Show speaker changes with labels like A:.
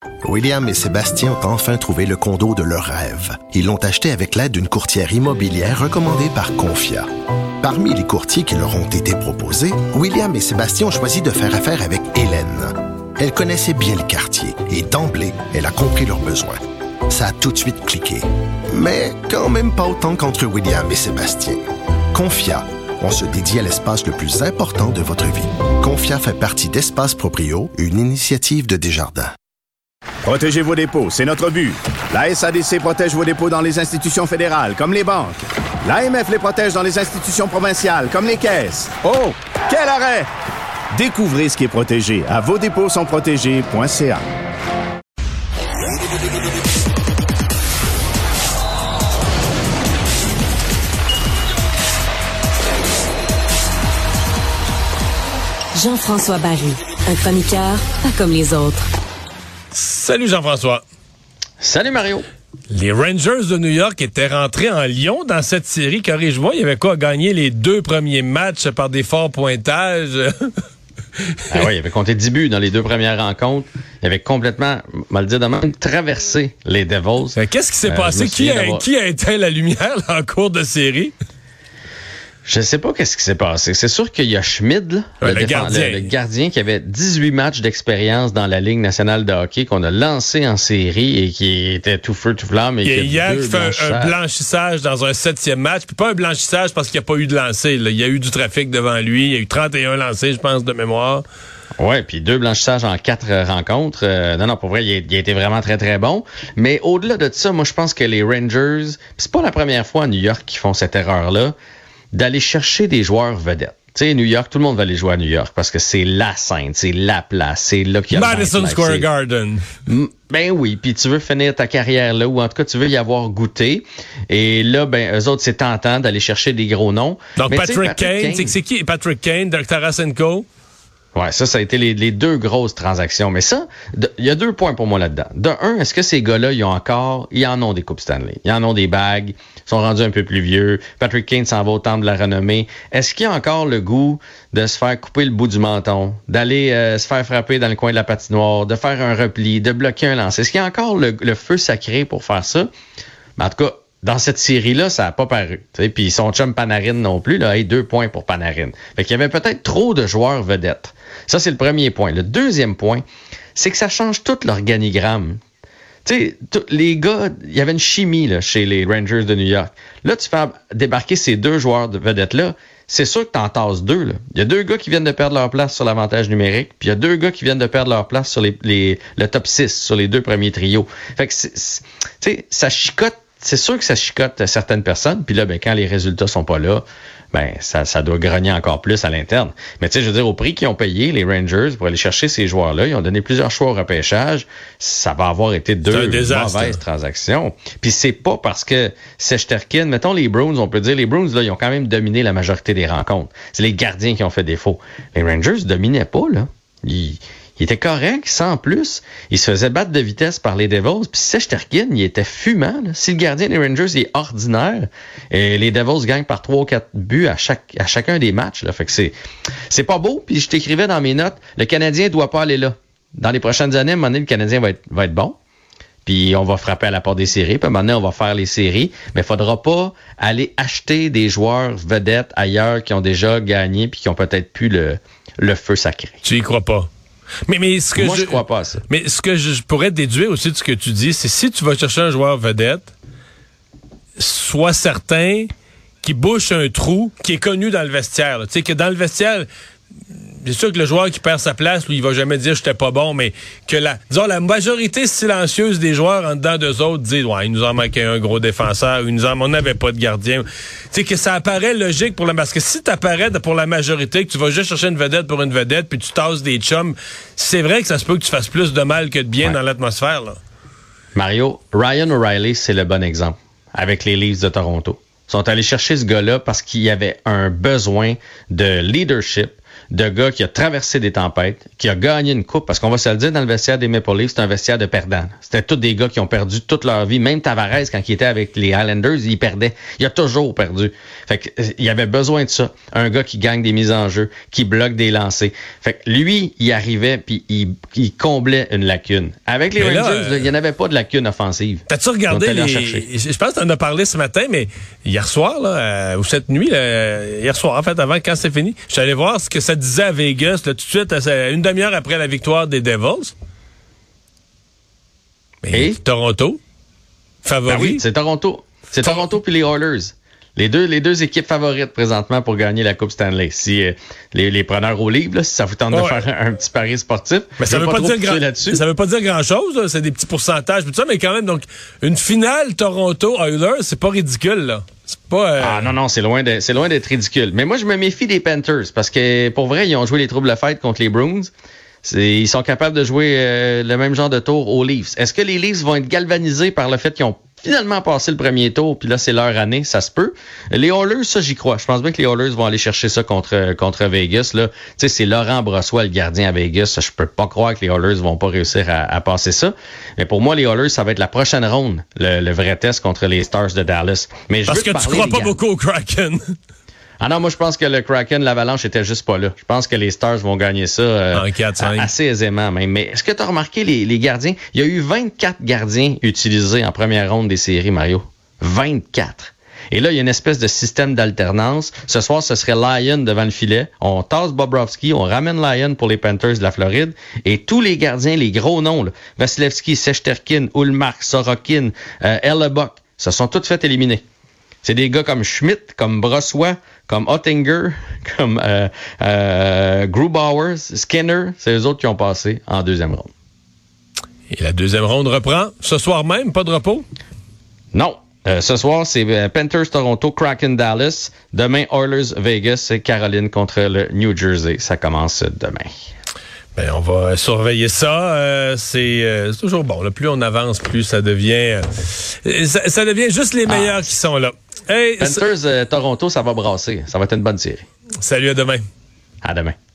A: William et Sébastien ont enfin trouvé le condo de leur rêve. Ils l'ont acheté avec l'aide d'une courtière immobilière recommandée par Confia. Parmi les courtiers qui leur ont été proposés, William et Sébastien ont choisi de faire affaire avec Hélène. Elle connaissait bien le quartier et d'emblée, elle a compris leurs besoins. Ça a tout de suite cliqué. Mais quand même pas autant qu'entre William et Sébastien. Confia, on se dédie à l'espace le plus important de votre vie. Confia fait partie d'Espace Proprio, une initiative de Desjardins.
B: Protégez vos dépôts, c'est notre but. La SADC protège vos dépôts dans les institutions fédérales, comme les banques. L'AMF les protège dans les institutions provinciales, comme les caisses. Oh, quel arrêt! Découvrez ce qui est protégé à vosdépôtssontprotégés.ca.
C: Jean-François Barry, un chroniqueur pas comme les autres.
D: Salut Jean-François.
E: Salut Mario.
D: Les Rangers de New York étaient rentrés en Lyon dans cette série. Corrige-moi, il y avait quoi à gagner les 2 premiers matchs par des forts pointages?
E: Ah oui, il avait compté 10 buts dans les 2 premières rencontres. Il avait complètement, on va le dire de même, traversé les Devils.
D: Qu'est-ce qui s'est passé? Qui a éteint la lumière là, en cours de série?
E: Je sais pas qu'est-ce qui s'est passé. C'est sûr qu'il y a Schmid, le gardien qui avait 18 matchs d'expérience dans la Ligue nationale de hockey, qu'on a lancé en série et qui était tout feu, tout flamme. Et
D: hier, qui fait un blanchissage dans un 7e match. Puis pas un blanchissage parce qu'il n'y a pas eu de lancer. Là. Il y a eu du trafic devant lui. Il y a eu 31 lancés, je pense, de mémoire.
E: Ouais, puis 2 blanchissages en 4 rencontres. Non, pour vrai, il a été vraiment très, très bon. Mais au-delà de ça, moi, je pense que les Rangers, c'est pas la première fois à New York qu'ils font cette erreur-là, d'aller chercher des joueurs vedettes. Tu sais, New York, tout le monde va aller jouer à New York parce que c'est la scène, c'est la place, c'est là qu'il y a
D: Madison Square Garden.
E: Ben oui, puis tu veux finir ta carrière là, ou en tout cas, tu veux y avoir goûté. Et là, ben, eux autres, c'est tentant d'aller chercher des gros noms.
D: Donc, mais Patrick Kane, c'est qui? Patrick Kane, Dirk Tarasenko?
E: Ouais, ça a été les 2 grosses transactions. Mais ça, il y a 2 points pour moi là-dedans. De un, est-ce que ces gars-là, ils en ont des Coupes Stanley? Ils en ont des bagues, ils sont rendus un peu plus vieux. Patrick Kane s'en va au temple de la renommée. Est-ce qu'il y a encore le goût de se faire couper le bout du menton, d'aller se faire frapper dans le coin de la patinoire, de faire un repli, de bloquer un lancer? Est-ce qu'il y a encore le feu sacré pour faire ça? Mais en tout cas, dans cette série-là, ça n'a pas paru. Puis son chum Panarin non plus, là, 2 points pour Panarin. Fait qu'il y avait peut-être trop de joueurs vedettes. Ça, c'est le premier point. Le deuxième point, c'est que ça change tout l'organigramme. Tu sais, les gars, il y avait une chimie là, chez les Rangers de New York. Là, tu fais débarquer ces 2 joueurs de vedettes-là, c'est sûr que t'en tasses 2. Là. Il y a 2 gars qui viennent de perdre leur place sur l'avantage numérique, puis il y a 2 gars qui viennent de perdre leur place sur le top 6, sur les 2 premiers trios. Fait que, tu sais, ça chicote. C'est sûr que ça chicote certaines personnes, puis là, ben, quand les résultats sont pas là, ben, ça doit grogner encore plus à l'interne. Mais tu sais, je veux dire, au prix qu'ils ont payé, les Rangers, pour aller chercher ces joueurs-là, ils ont donné plusieurs choix au repêchage. Ça va avoir été 2 mauvaises transactions. Puis c'est pas parce que Shesterkin, mettons les Bruins, on peut dire, les Bruins, là, ils ont quand même dominé la majorité des rencontres. C'est les gardiens qui ont fait défaut. Les Rangers dominaient pas, là. Il était correct, sans plus. Il se faisait battre de vitesse par les Devils. Puis Shesterkin, il était fumant. Là. Si le gardien des Rangers est ordinaire, et les Devils gagnent par 3 ou 4 buts à chacun des matchs. Là. Fait que c'est pas beau. Puis je t'écrivais dans mes notes, le Canadien doit pas aller là. Dans les prochaines années, à un moment donné, le Canadien va être bon. Puis on va frapper à la porte des séries. Puis à un moment donné, on va faire les séries. Mais il faudra pas aller acheter des joueurs vedettes ailleurs qui ont déjà gagné puis qui ont peut-être plus le feu sacré.
D: Tu y crois pas? Mais ce que
E: moi, je crois pas à ça.
D: Mais ce que je pourrais déduire aussi de ce que tu dis, c'est si tu vas chercher un joueur vedette, sois certain qu'il bouche un trou qui est connu dans le vestiaire. Tu sais, que dans le vestiaire, c'est sûr que le joueur qui perd sa place, lui, il va jamais dire « j'étais pas bon », mais que disons, la majorité silencieuse des joueurs en dedans d'eux autres disent « ouais, il nous en manquait un gros défenseur, on n'avait pas de gardien ». Tu sais, que ça apparaît logique parce que si t'apparaît pour la majorité, que tu vas juste chercher une vedette pour une vedette, puis tu tasses des chums, c'est vrai que ça se peut que tu fasses plus de mal que de bien dans l'atmosphère, là.
E: Mario, Ryan O'Reilly, c'est le bon exemple, avec les Leafs de Toronto. Ils sont allés chercher ce gars-là parce qu'il y avait un besoin de leadership, de gars qui a traversé des tempêtes, qui a gagné une coupe, parce qu'on va se le dire, dans le vestiaire des Maple Leafs, c'est un vestiaire de perdants. C'était tous des gars qui ont perdu toute leur vie. Même Tavares, quand il était avec les Islanders, il perdait. Il a toujours perdu. Fait que, il avait besoin de ça. Un gars qui gagne des mises en jeu, qui bloque des lancers. Fait que lui, il arrivait puis il comblait une lacune. Avec les Rangers, il n'y en avait pas de lacune offensive.
D: T'as-tu regardé je pense que t'en as parlé ce matin, mais hier soir, là, ou cette nuit, hier soir, en fait, avant, quand c'est fini, je suis allé voir ce que ça disait à Vegas, là, tout de suite, une demi-heure après la victoire des Devils. Et Toronto, favori.
E: Ben oui, c'est Toronto. C'est Toronto puis les Oilers. Les deux équipes favorites présentement pour gagner la Coupe Stanley. Si les preneurs au livre, là, si ça vous tente de faire un petit pari sportif,
D: mais ça veut pas dire grand-chose, là. C'est des petits pourcentages, tout ça, mais quand même, donc une finale Toronto-Oilers, c'est pas ridicule, là. C'est pas.
E: Ah non, c'est loin d'être ridicule. Mais moi, je me méfie des Panthers parce que pour vrai, ils ont joué les troubles fêtes contre les Bruins. Ils sont capables de jouer le même genre de tour aux Leafs. Est-ce que les Leafs vont être galvanisés par le fait qu'ils ont finalement passé le premier tour, puis là, c'est leur année, ça se peut. Les Oilers, ça, j'y crois. Je pense bien que les Oilers vont aller chercher ça contre Vegas, là. Tu sais, c'est Laurent Brossoit, le gardien à Vegas. Je peux pas croire que les Oilers vont pas réussir à passer ça. Mais pour moi, les Oilers, ça va être la prochaine ronde, le vrai test contre les Stars de Dallas. Mais
D: parce que tu crois pas beaucoup au Kraken.
E: Ah non, moi, je pense que le Kraken, l'Avalanche était juste pas là. Je pense que les Stars vont gagner ça assez aisément même. Mais est-ce que tu as remarqué les gardiens? Il y a eu 24 gardiens utilisés en première ronde des séries, Mario. 24. Et là, il y a une espèce de système d'alternance. Ce soir, ce serait Lyon devant le filet. On tasse Bobrovsky, on ramène Lyon pour les Panthers de la Floride. Et tous les gardiens, les gros noms, là, Vasilevski, Shesterkin, Ullmark, Sorokin, Hellebuck, se sont tous fait éliminer. C'est des gars comme Schmidt, comme Brossoit, comme Ottinger, comme Grubauer, Skinner. C'est eux autres qui ont passé en deuxième ronde.
D: Et la deuxième ronde reprend ce soir même, pas de repos?
E: Non. Ce soir, c'est Panthers Toronto, Kraken Dallas. Demain, Oilers Vegas et Caroline contre le New Jersey. Ça commence demain.
D: Ben, on va surveiller ça. C'est toujours bon. Là, plus on avance, plus ça devient... ça devient juste les meilleurs qui sont là.
E: Hey, Panthers Toronto, ça va brasser. Ça va être une bonne série.
D: Salut, à demain.
E: À demain.